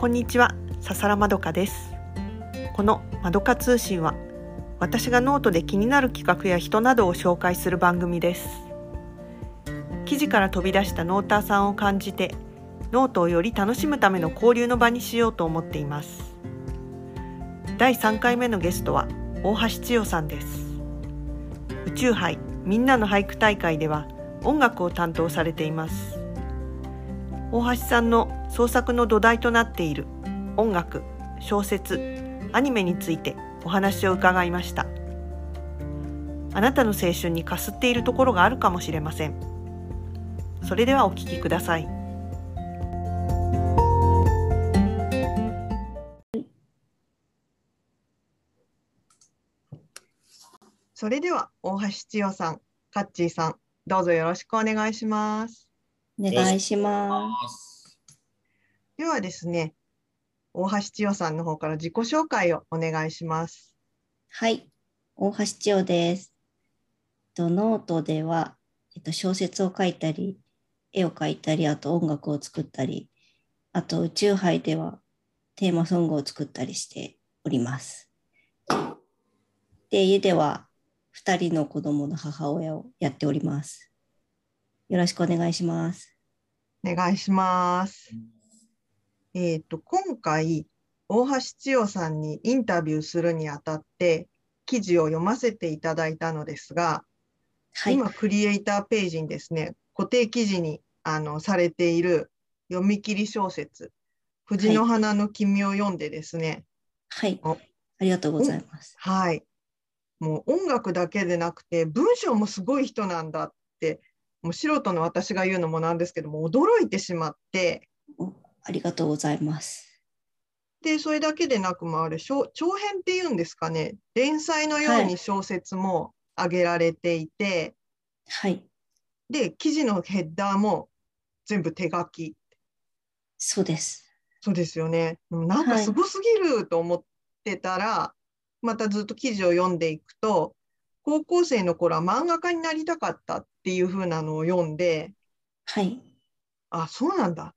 こんにちは、笹良まどかです。このまどか通信は、私がノートで気になる企画や人などを紹介する番組です。記事から飛び出したノーターさんを感じて、ノートをより楽しむための交流の場にしようと思っています。第3回目のゲストは大橋千代さんです。宇宙杯みんなの俳句大会では音楽を担当されています。大橋さんの創作の土台となっている音楽、小説、アニメについてお話を伺いました。あなたの青春にかすっているところがあるかもしれません。それではお聞きください。それでは大橋千代さん、カッチーさん、どうぞよろしくお願いします。 お願いします。 ではですね、大橋千代さんの方から自己紹介をお願いします。 はい、大橋千代です。ノートでは、小説を書いたり、絵を描いたり、あと音楽を作ったり、あと宇宙杯ではテーマソングを作ったりしております。で、家では2人の子供の母親をやっております。よろしくお願いします。 お願いします。今回、大橋千代さんにインタビューするにあたって、記事を読ませていただいたのですが、 はい、 今、クリエイターページにですね、固定記事にされている読み切り小説、藤の花の君を読んでですね、 はい、ありがとうございます。 はい。もう音楽だけでなくて、文章もすごい人なんだって、もう素人の私が言うのもなんですけども、驚いてしまって、 ありがとうございます。 で、それだけでなくもある、長編っていうんですかね、連載のように小説も上げられていて、 はい。 で、記事のヘッダーも全部手書き。 そうです。 そうですよね。なんかはい。 すごすぎると思ってたら、またずっと記事を読んでいくと、高校生の頃は漫画家になりたかったっていう風なのを読んで、 はい。 あ、そうなんだ。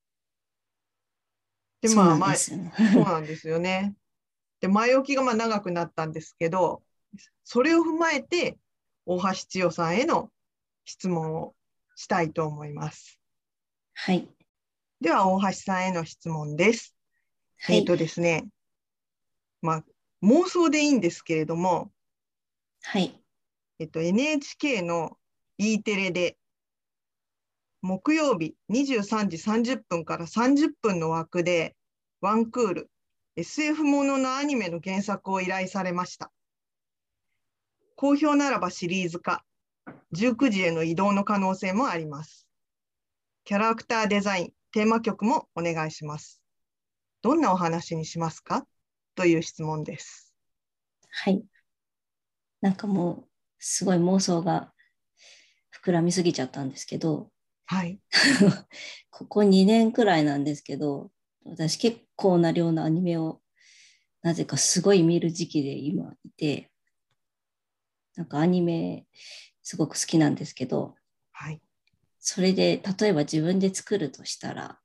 で、 そうなんまあ、 ですよね。 そうなんですよね。で、前置きがまあ長くなったんですけど、それを踏まえて、大橋千代さんへの質問をしたいと思います。 はい。 では、大橋さんへの質問です。 はい。 ですね、まあ、妄想でいいんですけれども、 はい。 NHK の E テレで、木曜日23時30分から30分の枠で、ワンクール、SF もののアニメの原作を依頼されました。好評ならばシリーズ化、19時への移動の可能性もあります。キャラクターデザイン、テーマ曲もお願いします。どんなお話にしますかという質問です。 はい。なんかもう、すごい妄想が膨らみすぎちゃったんですけど、 はい。 ここ2年くらいなんですけど、私結構な量のアニメをなぜかすごい見る時期で今いて、なんかアニメすごく好きなんですけど、 はい。 それで例えば自分で作るとしたら、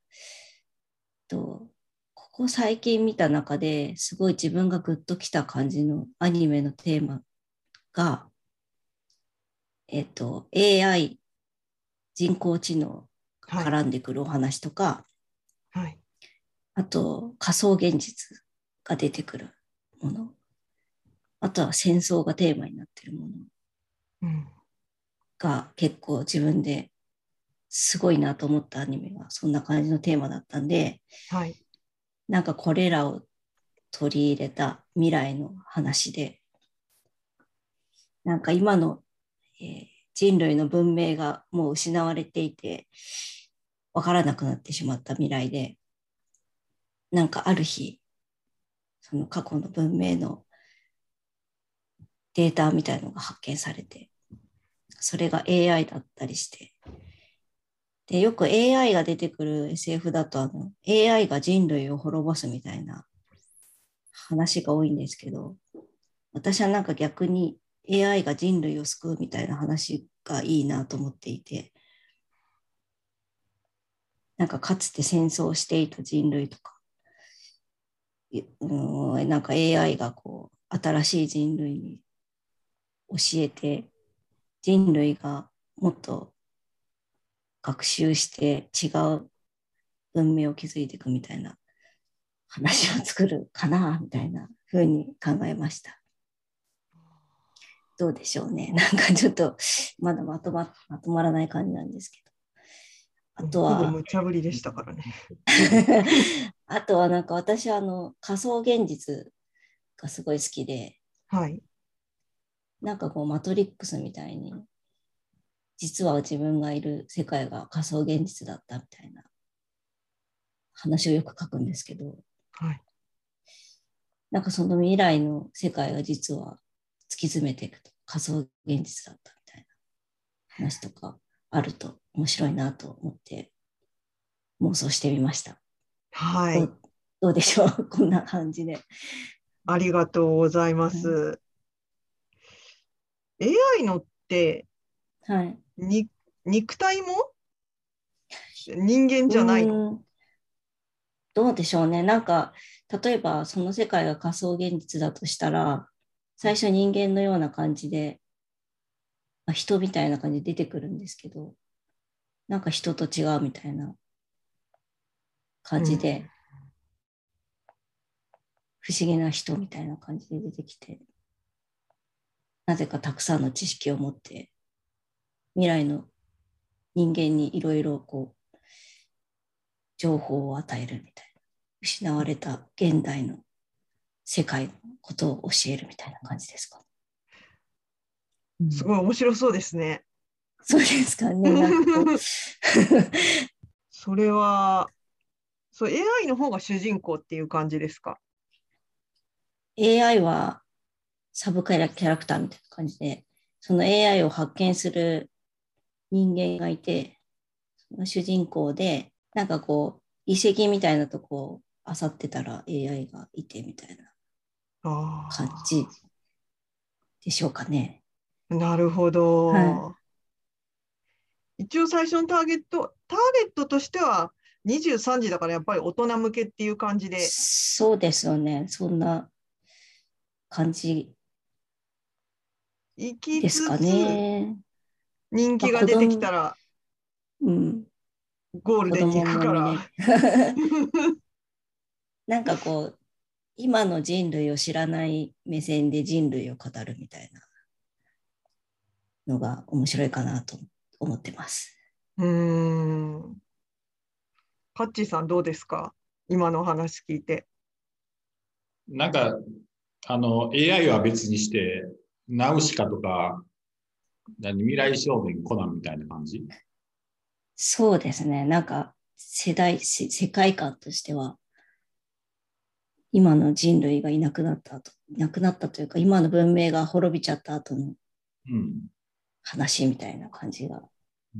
ここ最近見た中ですごい自分がグッときた感じのアニメのテーマが、AI、人工知能がはい。 絡んでくるお話とか、 はい。 あと仮想現実が出てくるもの、あとは戦争がテーマになっているものうん。 が結構自分ですごいなと思ったアニメがそんな感じのテーマだったんで、 はい。 なんかこれらを取り入れた未来の話で、なんか今の、人類の文明がもう失われていて、わからなくなってしまった未来で、なんかある日、その過去の文明のデータみたいのが発見されて、それが AI だったりして、で、よく AI が出てくる SF だとAI が人類を滅ぼすみたいな話が多いんですけど、私はなんか逆に AI が人類を救うみたいな話がいいなと思っていて、なんかかつて戦争をしていた人類とか、 なんか AI がこう新しい人類に教えて、人類がもっと学習して違う文明を築いていくみたいな話を作るかなみたいな風に考えました。どうでしょうね。なんかちょっとまだまとまらない感じなんですけど。あとほぼは、 無茶ぶりでしたからね。 あとはなんか私は仮想現実がすごい好きで、 はい。 なんかこうマトリックスみたいに、実は自分がいる世界が仮想現実だったみたいな話をよく書くんですけど、 はい。 なんかその未来の世界が実は突き詰めていくと仮想現実だったみたいな話とかあると面白いなと思って妄想してみました。 はい。 どうでしょうこんな感じで。 ありがとうございまうん、 す。AI のって、 はい。 に、肉体も人間うじゃないの？ ーん、どうでしょうね。なんか、例えばその世界が仮想現実だとしたら、最初人間のような感じで、まあ、人みたいな感じで出てくるんですけど、なんか人と違うみたいな感うん。 じで、不思議な人みたいな感じで出てきて、なぜかたくさんの知識を持って、未来の人間にいろいろこう、情報を与えるみたいな。失われた現代の世界のことを教えるみたいな感じですか。うん、 すごい面白そうですね。 そうですかね。なんかこうそれは、そう、AI の方が主人公っていう感じですか？ AI はサブキャラクターみたいな感じで、その AI を発見する人間がいて、その主人公で、なんかこう、遺跡みたいなとこを漁ってたら AI がいてみたいな感じあでしょうかね。 あ、なるほはい。 ど。一応最初のターゲットとしては23時だからやっぱり大人向けっていう感じで、 そうですよね。そんな感じ行きですかつつね。まあ、 人気が出てきたらうん、 ゴールデンに行子供くから。 も見れる。なんかこう、今の人類を知らない目線で人類を語るみたいなのが面白いかなと思ってます。 うーん。カッチーさんどうですか？今のお話聞いて。 なんか、AI は別にして、ナウシカとか、未来少年コナンみたいな感じ。 そうですね。なんか世界観としては、今の人類がいなくなった後、いなくなったというか、今の文明が滅びちゃった後のうん。 話みたいな感じが、 うん。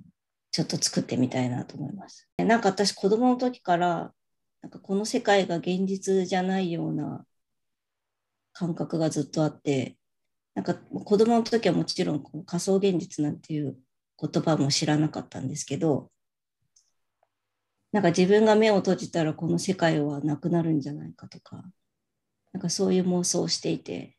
ちょっと作ってみたいなと思います。なんか私、子供の時から、なんかこの世界が現実じゃないような感覚がずっとあって、なんか子供の時はもちろんこの仮想現実なんていう言葉も知らなかったんですけど、なんか自分が目を閉じたらこの世界はなくなるんじゃないかとか、なんかそういう妄想をしていて、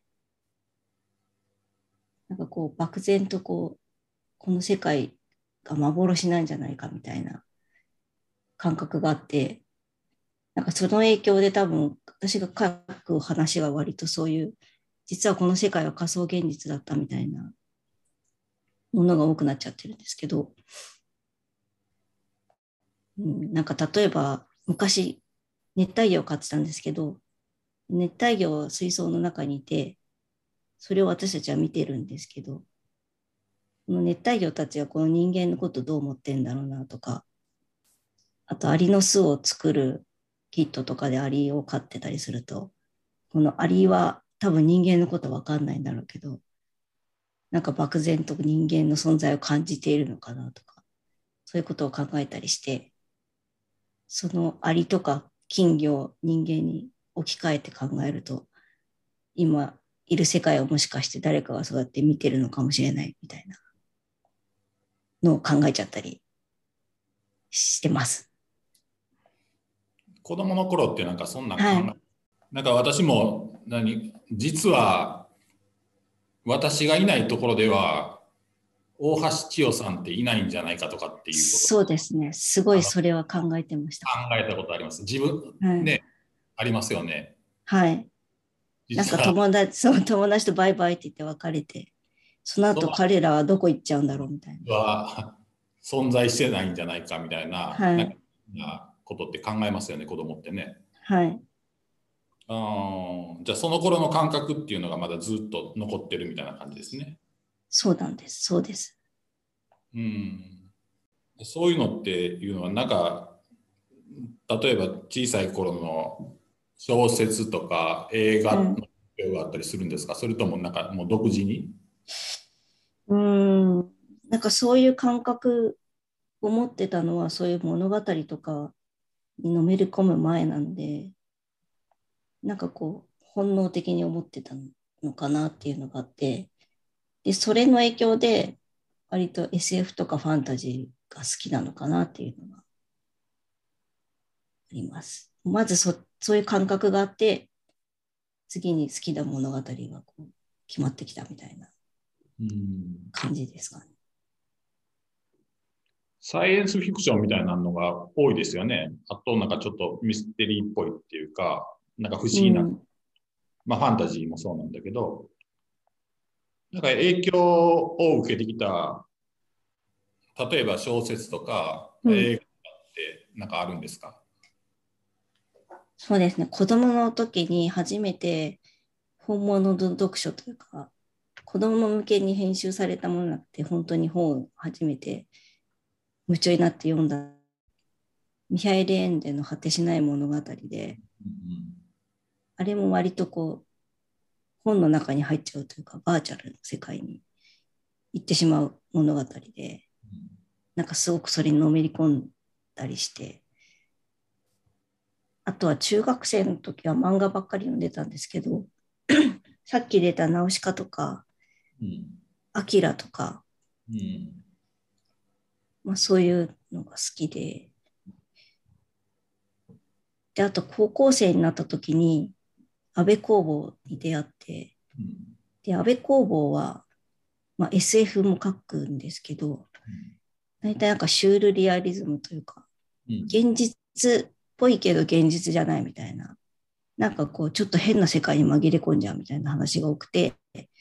なんかこう漠然とこう、この世界が幻なんじゃないかみたいな感覚があって、なんかその影響で多分私が書く話は割とそういう、実はこの世界は仮想現実だったみたいなものが多くなっちゃってるんですけど、うん、なんか例えば昔熱帯魚を飼ってたんですけど、熱帯魚は水槽の中にいて、それを私たちは見てるんですけど、この熱帯魚たちはこの人間のことどう思ってんだろうなとか、あとアリの巣を作るキットとかでアリを飼ってたりすると、このアリは多分人間のことわかんないんだろうけど、なんか漠然と人間の存在を感じているのかなとか、そういうことを考えたりして、そのアリとか金魚を人間に置き換えて考えると、今いる世界をもしかして誰かがそうやって見てるのかもしれないみたいなのを考えちゃったりしてます。 子供の頃ってなんかそんなん考え、 はい。 なんか私も実は私がいないところでは大橋千代さんっていないんじゃないかとかっていうことそうですね。すごいそれは考えてました。 考えたことあります。自分はい。 ね、ありますよね。 はい。なんか実は友達とバイバイって言って別れて、そのその後彼らはどこ行っちゃうんだろうみたいな。 人は存在してないんじゃないかみたいな、なんかはい。 なことって考えますよね、子供ってね。 はい。 じゃあその頃の感覚っていうのがまだずっと残ってるみたいな感じですね。 そうなんです。そうです。 うん。そういうのっていうのはなんか例えば小さい頃の小説とか映画のうん。 影響があったりするんですか？それともなんかもう独自に？ うーん。なんかそういう感覚を持ってたのは、そういう物語とかにのめり込む前なんで、なんかこう、本能的に思ってたのかなっていうのがあって、で、それの影響で、割と SF とかファンタジーが好きなのかなっていうのがあります。まずそういう感覚があって、次に好きな物語がこう決まってきたみたいなうん。 感じですかね。 サイエンスフィクションみたいなのが多いですよね。あとなんかちょっとミステリーっぽいっていうか、なんか不思議な、 うん。 まあファンタジーもそうなんだけど、なんか影響を受けてきた、例えば小説とかうん。 映画ってなんかあるんですか？ そうですね。子供の時に初めて本物の読書というか、子供向けに編集されたものなくて、本当に本を初めて夢中になって読んだ、ミハイル・エンデの果てしない物語で、 うん。 あれも割とこう、本の中に入っちゃうというか、バーチャルの世界に行ってしまう物語で、なんかすごくそれにのめり込んだりして、あとは中学生の時は漫画ばっかり読んでたんですけど、さっき出たナウシカとか、 うん。 アキラとか、 うん。 まあ、そういうのが好きで、で、あと高校生になった時に、安倍工房に出会って、 うん。 で、安倍工房は、まあ、SF も書くんですけど、大体なんかシュールリアリズムというか、 うん。 現実っぽいけど現実じゃないみたいな、なんかこう、ちょっと変な世界に紛れ込んじゃうみたいな話が多くて、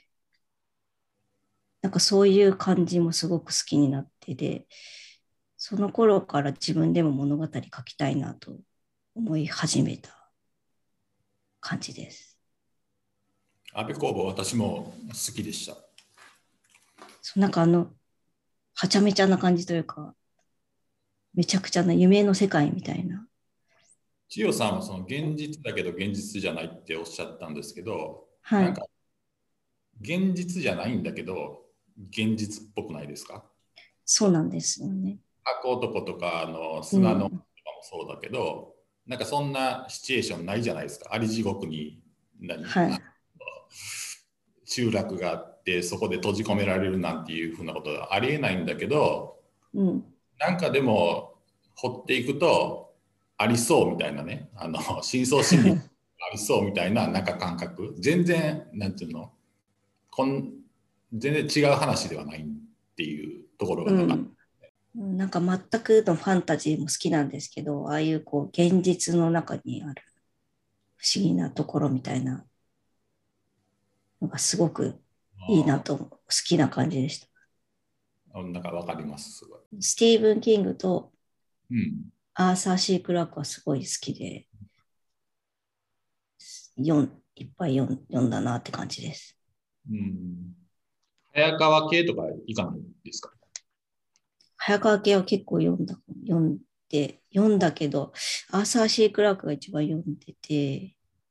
なんかそういう感じもすごく好きになってで、その頃から自分でも物語書きたいなと思い始めた感じです。 安倍工房私も好きでした。 なんかはちゃめちゃな感じというか、めちゃくちゃな夢の世界みたいな。 千代さんはその現実だけど現実じゃないっておっしゃったんですけど、 はい。 なんか現実じゃないんだけど現実っぽくないですか？ そうなんですよね。 箱男とかう砂のとかもん。 そうだけど、なんかそんなシチュエーションないじゃないですか。あり地獄にはい。 集落があってそこで閉じ込められるなんていうふうなことはありえないんだけど、 うん。 なんかでも掘っていくとありそうみたいなね、深層心理ありそうみたいななんか感覚、全然なんていうの、こん全然違う話ではないっていうところがなかった。 うん。なんか全くのファンタジーも好きなんですけど、ああいうこう現実の中にある不思議なところみたいなのがすごくいいなと好きな感じでした。 なんかわかります、すごい。 スティーブン・キングとうん。 アーサー・シー・クラークはすごい好きで、いっぱい読んだなって感じです。 うん。早川系とかいかないですか？ 早川系は結構読んだけど、アーサー・シー・クラークが一番読んでて、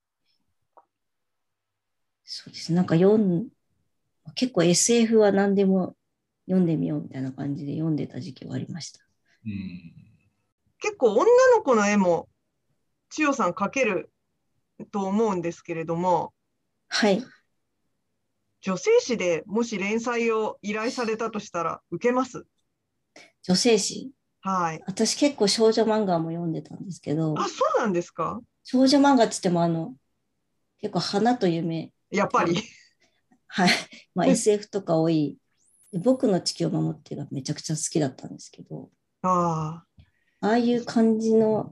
そうですね、結構 SF は何でも読んでみようみたいな感じで読んでた時期はありました。 うん。 結構女の子の絵も千代さん描けると思うんですけれども、 はい。 女性誌でもし連載を依頼されたとしたら受けます？ 女性誌。 はい。 私結構少女漫画も読んでたんですけど、 あ、そうなんですか？ 少女漫画って言っても結構花と夢やっぱり。 はい。まあ SF とか多い。で僕の地球を守ってがめちゃくちゃ好きだったんですけど、 ああ、 ああいう感じの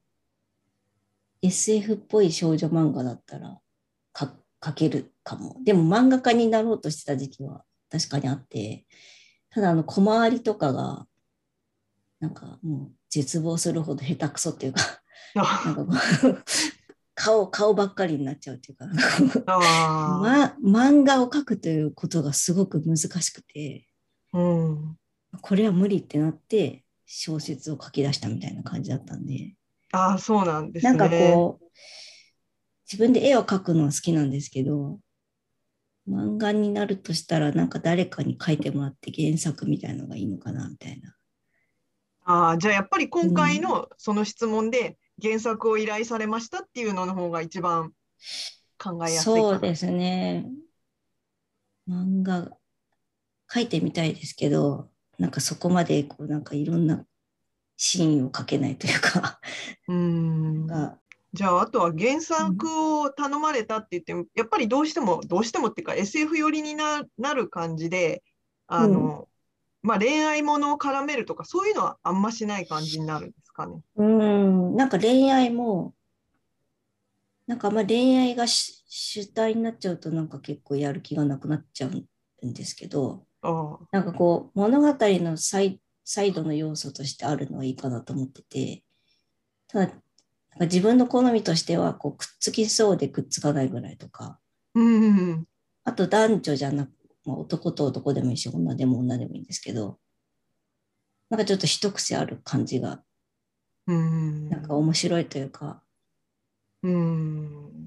SF っぽい少女漫画だったら描けるかも。でも漫画家になろうとしてた時期は確かにあって、ただ小回りとかがなんかもう絶望するほど下手くそっていうか、なんかこう顔ばっかりになっちゃうっていうか、 あ漫画を描くということがすごく難しくて、 あ、うん。 これは無理ってなって小説を書き出したみたいな感じだったんで、 ああ、そうなんでなんかすね。 こう、自分で絵を描くのは好きなんですけど、漫画になるとしたらなんか誰かに描いてもらって原作みたいのがいいのかなみたいな。 ああ、じゃあやっぱり今回うん、 のその質問で原作を依頼されましたっていうのの方が一番考えやすいかな。 そうですね。漫画描いてみたいですけど、なんかそこまでこうなんかいろんなシーンを描けないというか、 うーん。 が、 じゃあ、あとは原うん、 作を頼まれたって言っても、やっぱりどうしてもっていうか SF 寄りになる感じで、あうん、 の、まあ、恋愛ものを絡めるとか、そういうのはあんましない感じになるんですかね。 なんか恋愛も、なんかあんま恋愛が主体になっちゃうとなんか結構やる気がなくなっちゃうんですけど、 ああ、 なんかこう物語のサイドの要素としてあるのはいいかなと思ってて、ただ、なんか自分の好みとしてはこうくっつきそうでくっつかないぐらいとか、 うん、 あと男女じゃなく、まあ、男と男でもいいし、女でも女でもいいんですけど、なんかちょっと一癖ある感じが、 うなんかん、 面白いというか、 うん。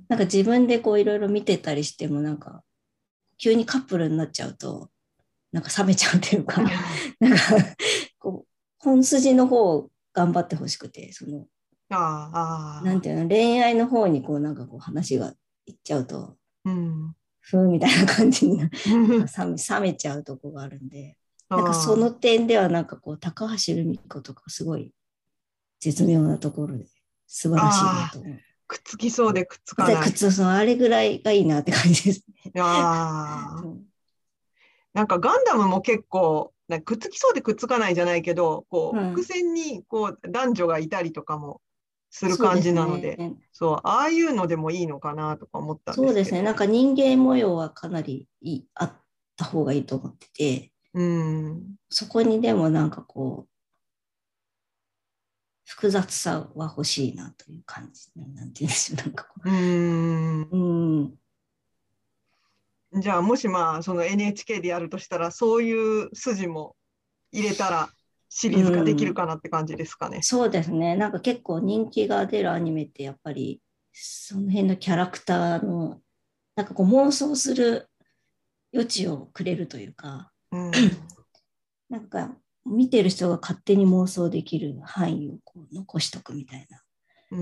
なんか自分でこういろいろ見てたりしても、なんか急にカップルになっちゃうと、なんか冷めちゃうというか、なんかこう、本筋の方を頑張ってほしくて、 あなんあ、 ていうの、恋愛の方にこう、なんかこう話がいっちゃうと、 うん、 ふーみたいな感じになんかうん、 冷めちゃうとこがあるんで、なんかそのああ、 点ではなんかこう、高橋留美子とかすごい絶妙なところで素晴らしいなああ、 と思う。 くっつきそうでくっつかで、 ない。 あれぐらいがいいなって感じですね。 ああ、 うん、 なんかガンダムも結構、なんかくっつきそうでくっつかないじゃないけど、こう、伏うん、 線にこう男女がいたりとかもする感じそうですなので、 ね。 そう、ああいうのでもいいのかなとか思ったんでそうですね。なんすけど。 か人間模様はかなりあった方がいいと思ってて、 うん、 そこにでもなんかこう、複雑さは欲しいなという感じ。なんて言うんでしょう。なんかこうーん。 う。うん。 じゃあ、もしまあ、その NHK でやるとしたら、そういう筋も入れたらシうリーズ化できるん。 かなって感じですかね。 そうですね。なんか結構人気が出るアニメってやっぱり、その辺のキャラクターの、なんかこう妄想する余地をくれるというか、 うん。 なんか見てる人が勝手に妄想できる範囲をこう残しとくみたいなうん。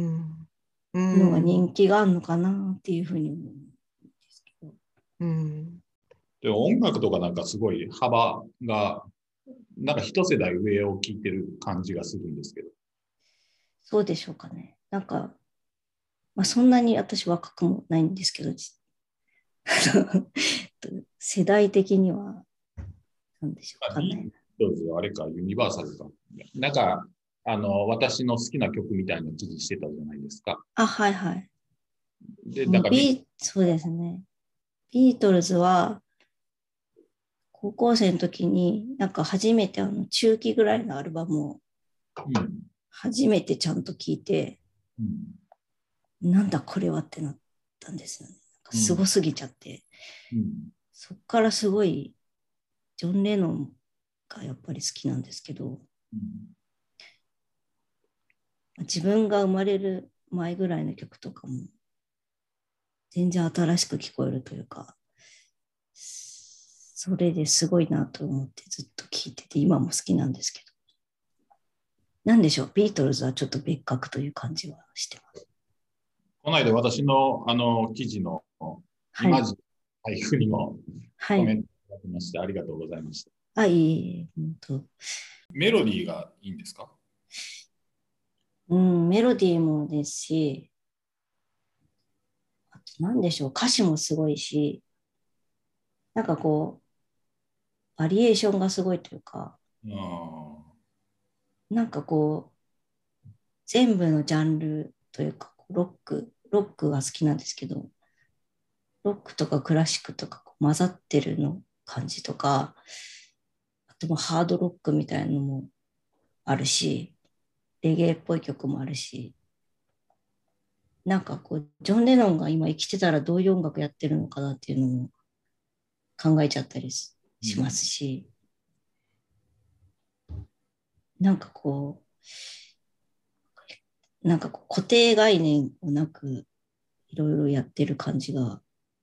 うのが人ん。 気があるのかなっていうふうに思うんですけど。 うん。 でも音楽とかなんかすごい幅が、なんか一世代上を聞いてる感じがするんですけど。 そうでしょうかね。なんか、まあ、そんなに私若くもないんですけど、世代的には、なんでしょうかビーね。 トルズはあれか、ユニバーサルか。なんか、私の好きな曲みたいな記事してたじゃないですか。 あ、はいはい。 で、なんかそうですね。ビートルズは、高校生の時に、なんか初めて中期ぐらいのアルバムをうん、 初めてちゃんと聞いて、 うん、 なんだこれはってなったんですよね。なんかうん、 すごすぎちゃって。 うん、 そっからすごい、ジョン・レノンがやっぱり好きなんですけど、 うん。 自分が生まれる前ぐらいの曲とかも全然新しく聞こえるというか、それですごいなと思ってずっと聞いてて、今も好きなんですけど。なんでしょう、ビートルズはちょっと別格という感じはしてます。 この間私の記事のはい。 イマジン配布にもはい。 コメントいただきましてありがとうございました。 あ、いえいえ、本当。 メロディーがいいんですか？ うん、メロディーもですし、あと何でしょう、歌詞もすごいし、なんかこう、バリエーションがすごいというか、 あなんかこう、全部のジャンルというか、ロックが好きなんですけど、ロックとかクラシックとかこう混ざってるの感じとか、あともハードロックみたいなのもあるし、レゲエっぽい曲もあるし、なんかこう、ジョン・レノンが今生きてたらどういう音楽やってるのかなっていうのも考えちゃったりしまうんすし、なんかこなんかこう固定概念をなくいろいろやってる感じが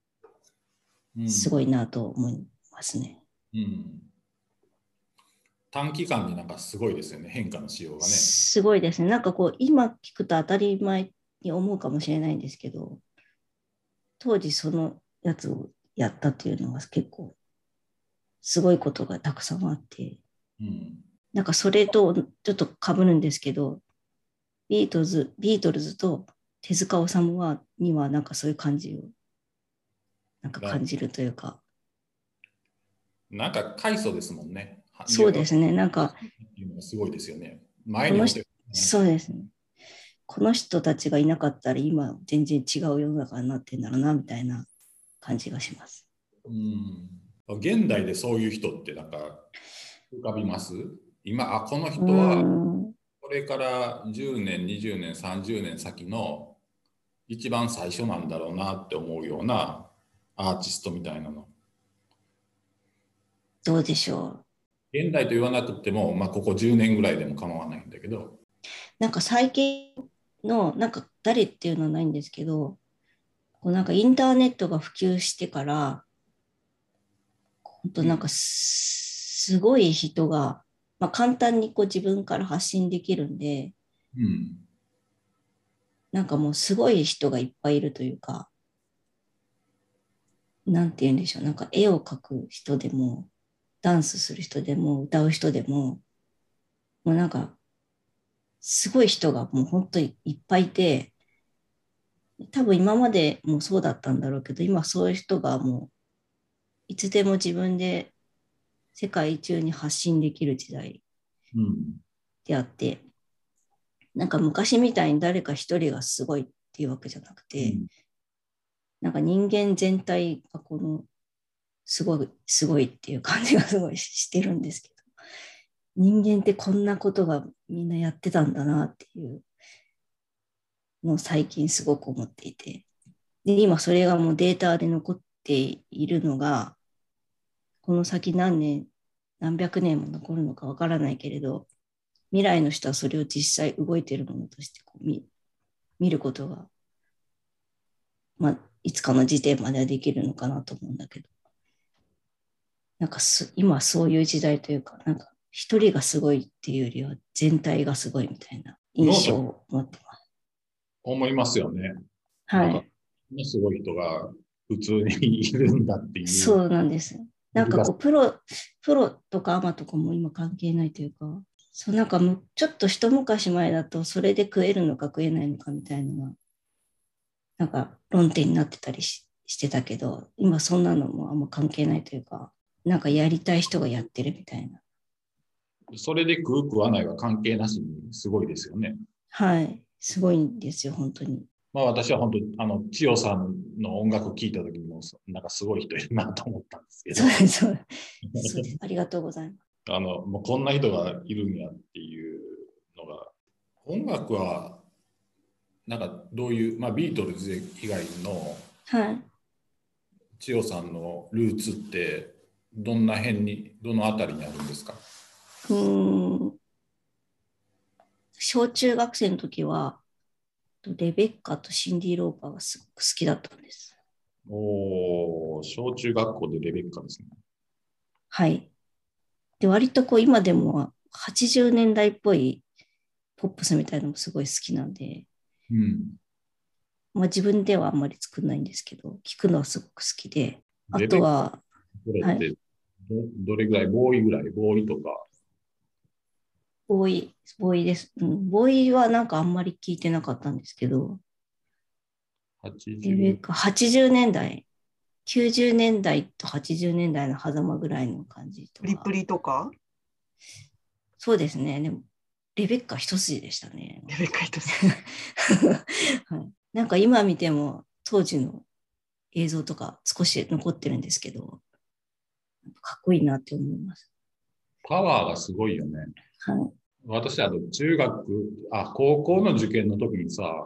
うんすごいなと思いますね。 うん短期間になんかすごいですよね、変化のしようがね。 すごいですね。なんかこう今聞くと当たり前に思うかもしれないんですけど、当時そのやつをやったっていうのは結構すごいことがたくさんあって、 うんなんかそれとちょっと被るんですけど、ビートルズと手塚治虫にはなんかそういう感じをなんかだ感じるというか、 なんか快速ですもんね。 そうですね。なんかっていうのがすごいですよね。前この人、 にお手、 そうですね。この人たちがいなかったら今全然違う世の中になってんだろうなみたいな感じがします。 現代でそういう人ってなんか浮かびます今、このう人はん、 これから10年、20年、30年先の一番最初なんだろうなって思うようなアーティストみたいなの。 どうでしょう。 現代と言わなくても、ここ10年ぐらいでも構わないんだけど。 なんか最近の、なんか誰っていうのはないんですけど、こうなんかインターネットが普及してから、本当なんかすごい人が、まあ、簡単にこう自分から発信できるんで、 うん。 なんかもうすごい人がいっぱいいるというか、なんて言うんでしょう。なんか絵を描く人でも、ダンスする人でも、歌う人でも、もうなんかすごい人がもう本当にいっぱいいて、多分今までもそうだったんだろうけど、今そういう人がもういつでも自分で世界中に発信できる時代うん。 であって、なんか昔みたいに誰か一人がすごいっていうわけじゃなくて、 うん。 なんか人間全体がこのすごいっていう感じがすごいしてるんですけど、人間ってこんなことがみんなやってたんだなっていうのを最近すごく思っていて、で、今それがもうデータで残っているのが、この先何年、何百年も残るのかわからないけれど、未来の人はそれを実際動いているものとして見ることが、まあ、いつかの時点まではできるのかなと思うんだけど、なんか今そういう時代というか、なんか一人がすごいっていうよりは全体がすごいみたいな印象ノートを持ってます。 思いますよね。なんか、 はい。 すごい人が普通にいるんだっていう。 そうなんです。なんかこう、プロとかアマとかも今関係ないというか、そうなんかちょっと一昔前だとそれで食えるのか食えないのかみたいなのが、なんか論点になってたりしてたけど、今そんなのもあんま関係ないというか、なんかやりたい人がやってるみたいな。 それで食う食わないは関係なしにすごいですよね。 はい。すごいんですよ、本当に。 私は本当、千代さんの音楽聴いた時にも、なんかすごい人いるなと思ったんですけど、 そうです、そうです。ありがとうございます。 もうこんな人がいるんやっていうのが、音楽は、なんかどういう、ビートルズ以外のはい。 千代さんのルーツって、どんな辺に、どのあたりにあるんですか？ うーん。小中学生の時は、レベッカとシンディ・ローパーがすごく好きだったんです。 おー、小中学校でレベッカですね。 はい。で、割とこう今でも80年代っぽいポップスみたいなのもすごい好きなんで、 うん。 まあ自分ではあんまり作んないんですけど、聞くのはすごく好きで、あレベッカ、 とは、 これはい。 ってどれぐらい、ボーイぐらい、ボーイとか。 ボーイです。ボーイはなんかあんまり聞いてなかったんですけど、レベッカ80年代、90年代と80年代の狭間ぐらいの感じとか。 プリプリとかそうですね。でも、レベッカ一筋でしたね。 レベッカ一筋。 はい、なんか今見ても当時の映像とか少し残ってるんですけど、かっこいいなって思います。 パワーがすごいよね。 はい。 私、高校の受験の時にさ、 はい、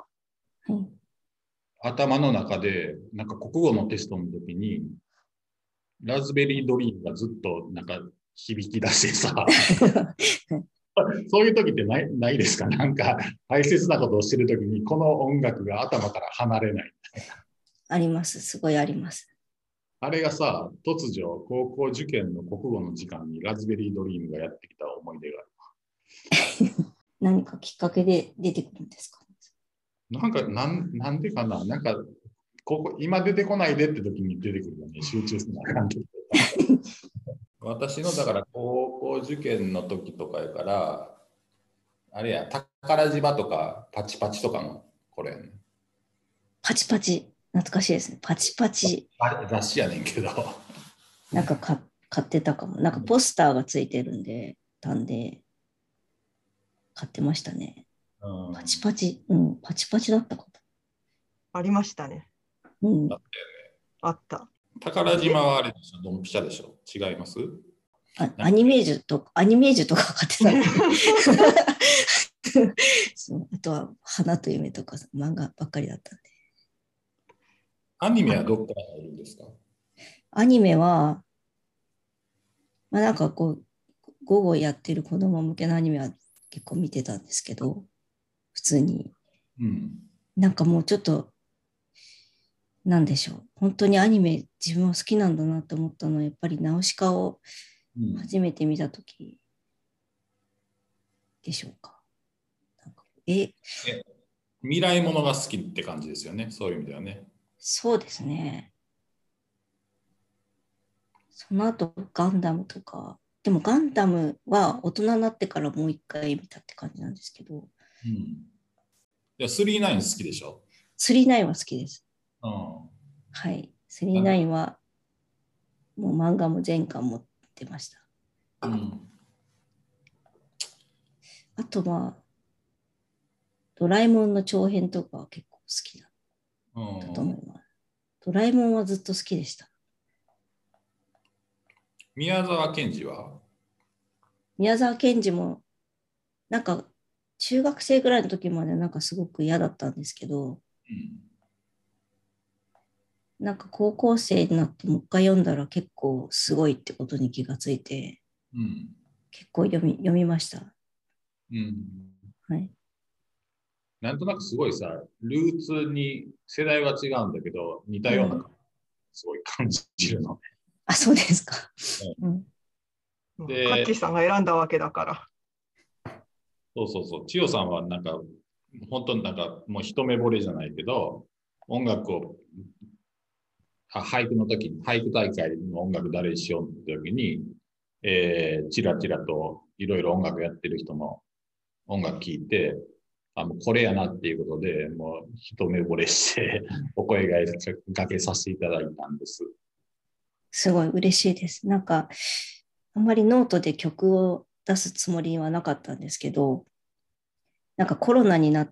頭の中で、なんか国語のテストの時に、ラズベリードリームがずっとなんか響き出してさ、そういう時ってないですか？なんか大切なことをしてる時に、この音楽が頭から離れない。 あります。すごいあります。 あれがさ、突如、高校受験の国語の時間にラズベリードリームがやってきた思い出がある。 何かきっかけで出てくるんですか？ なんでかな、なんか、今出てこないでって時に出てくるよね、集中するな感じ。私のだから高校受験の時とかやから、あれや、宝島とかパチパチとかのこれ、ね。 パチパチ、懐かしいですね。パチパチ。 あれ雑誌やねんけど。 なんか買ってたかも。なんかポスターがついてるんで、買ってましたね。パチパチ、パチパチだったかありましたね。 も。 あった。 宝島はあれでしょ、ドンピシャでしょ。違います？ アニメージュとか買ってたんで。そうあとは花と夢とか漫画ばっかりだったんで。 アニメはどっから入るんですか？ アニメは、なんかこう、午後やってる子供向けのアニメは結構見てたんですけど、普通に。なんかもうちょっと、なんでしょう。本当にアニメ自分は好きなんだなと思ったのは、やっぱりナウシカを初めて見たときでしょうか。 未来ものが好きって感じですよね。そういう意味ではね。 そうですね。その後ガンダムとか、でもガンダムは大人になってからもう一回見たって感じなんですけど。 いや、39好きでしょ？ 39は好きです。はい。39はもう漫画も全巻持ってました。あとは、ドラえもんの長編とかは結構好きだったと思います。ドラえもんはずっと好きでした。 宮沢賢治は？ 宮沢賢治も、なんか、中学生ぐらいの時までなんかすごく嫌だったんですけど、なんか高校生になってもう一回読んだら結構すごいってことに気がついて、結構読みました。はい。 なんとなくすごいさ、ルーツに世代は違うんだけど、似たような、すごい感じるのね。 あ、そうですか。 カッチーさんが選んだわけだから。 千代さんはなんか、本当になんかもう一目惚れじゃないけど、音楽を、俳句大会の音楽誰にしようって時に、ちらちらといろいろ音楽やってる人の音楽聴いて、もうこれやなっていうことで、もう一目惚れしてお声がけさせていただいたんです。 すごい嬉しいです。なんか、あんまりノートで曲を出すつもりはなかったんですけど、なんかコロナになって、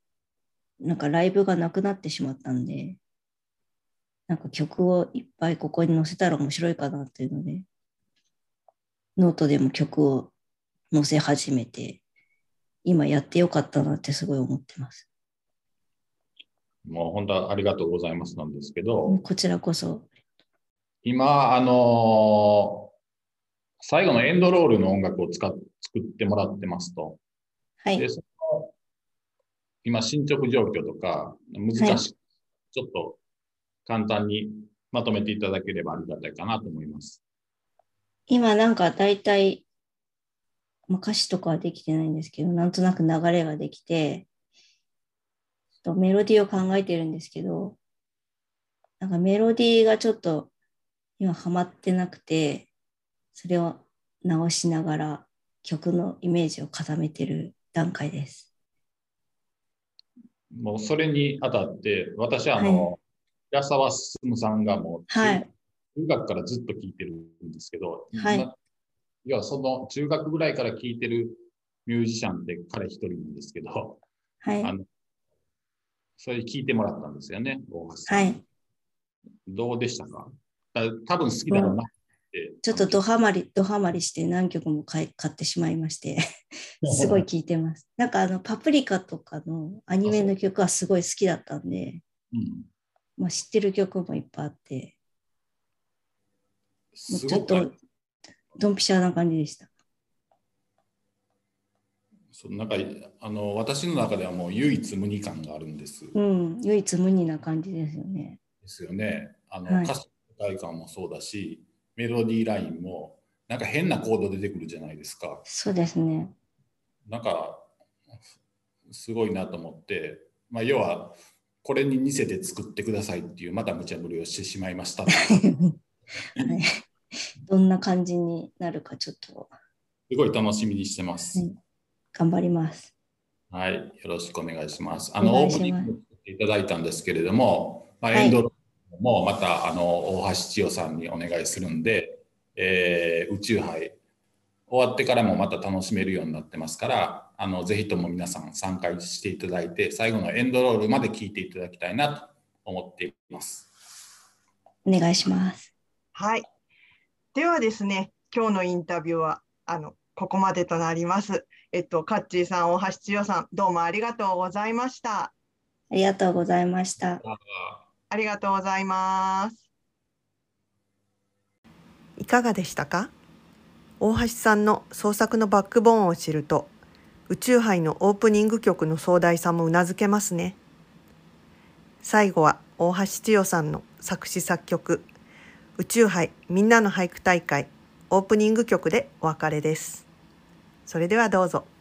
なんかライブがなくなってしまったんで、なんか曲をいっぱいここに載せたら面白いかなっていうので、ノートでも曲を載せ始めて、今やってよかったなってすごい思ってます。 もう本当はありがとうございますなんですけど、 こちらこそ。 今、最後のエンドロールの音楽を作ってもらってますと。 はい。 で、今、進捗状況とか、難しい、はい、ちょっと簡単にまとめていただければありがたいかなと思います。 今なんか大体、歌詞とかはできてないんですけど、なんとなく流れができて、メロディーを考えてるんですけど、なんかメロディーがちょっと今ハマってなくて、それを直しながら曲のイメージを固めてる段階です。 もうそれにあたって、私は平沢進さんがもう中学からずっと聴いてるんですけど、要はその中学ぐらいから聴いてるミュージシャンって彼一人なんですけど、それ聴いてもらったんですよね、大橋さん。どうでしたか？多分好きだろうなって。 ちょっとドハマりして何曲も買ってしまいましてすごい聴いてます。なんかパプリカとかのアニメの曲はすごい好きだったんで、知ってる曲もいっぱいあって、もうちょっとドンピシャな感じでした。 なんか私の中ではもう唯一無二感があるんです。 唯一無二な感じですよね。 ですよね。歌詞の世界観もそうだし、メロディーラインもなんか変なコード出てくるじゃないですか。 そうですね。 なんかすごいなと思って、要はこれに似せて作ってくださいっていうまた無茶ぶりをしてしまいましたどんな感じになるかちょっとすごい楽しみにしてます。 頑張ります。 はい、よろしくお願いします。オープニングを作っていただいたんですけれども、エンドロールもまた大橋千代さんにお願いするんで、宇宙杯終わってからもまた楽しめるようになってますから、ぜひとも皆さん参加していただいて、最後のエンドロールまで聞いていただきたいなと思っています。 お願いします。 はい。ではですね、今日のインタビューはここまでとなります。カッチーさん、大橋千代さん、どうもありがとうございました。 ありがとうございました。 ありがとうございます。いかがでしたか？大橋さんの創作のバックボーンを知ると、宇宙杯のオープニング曲の壮大さもうなずけますね。最後は大橋千代さんの作詞作曲、宇宙杯みんなの俳句大会オープニング曲でお別れです。それではどうぞ。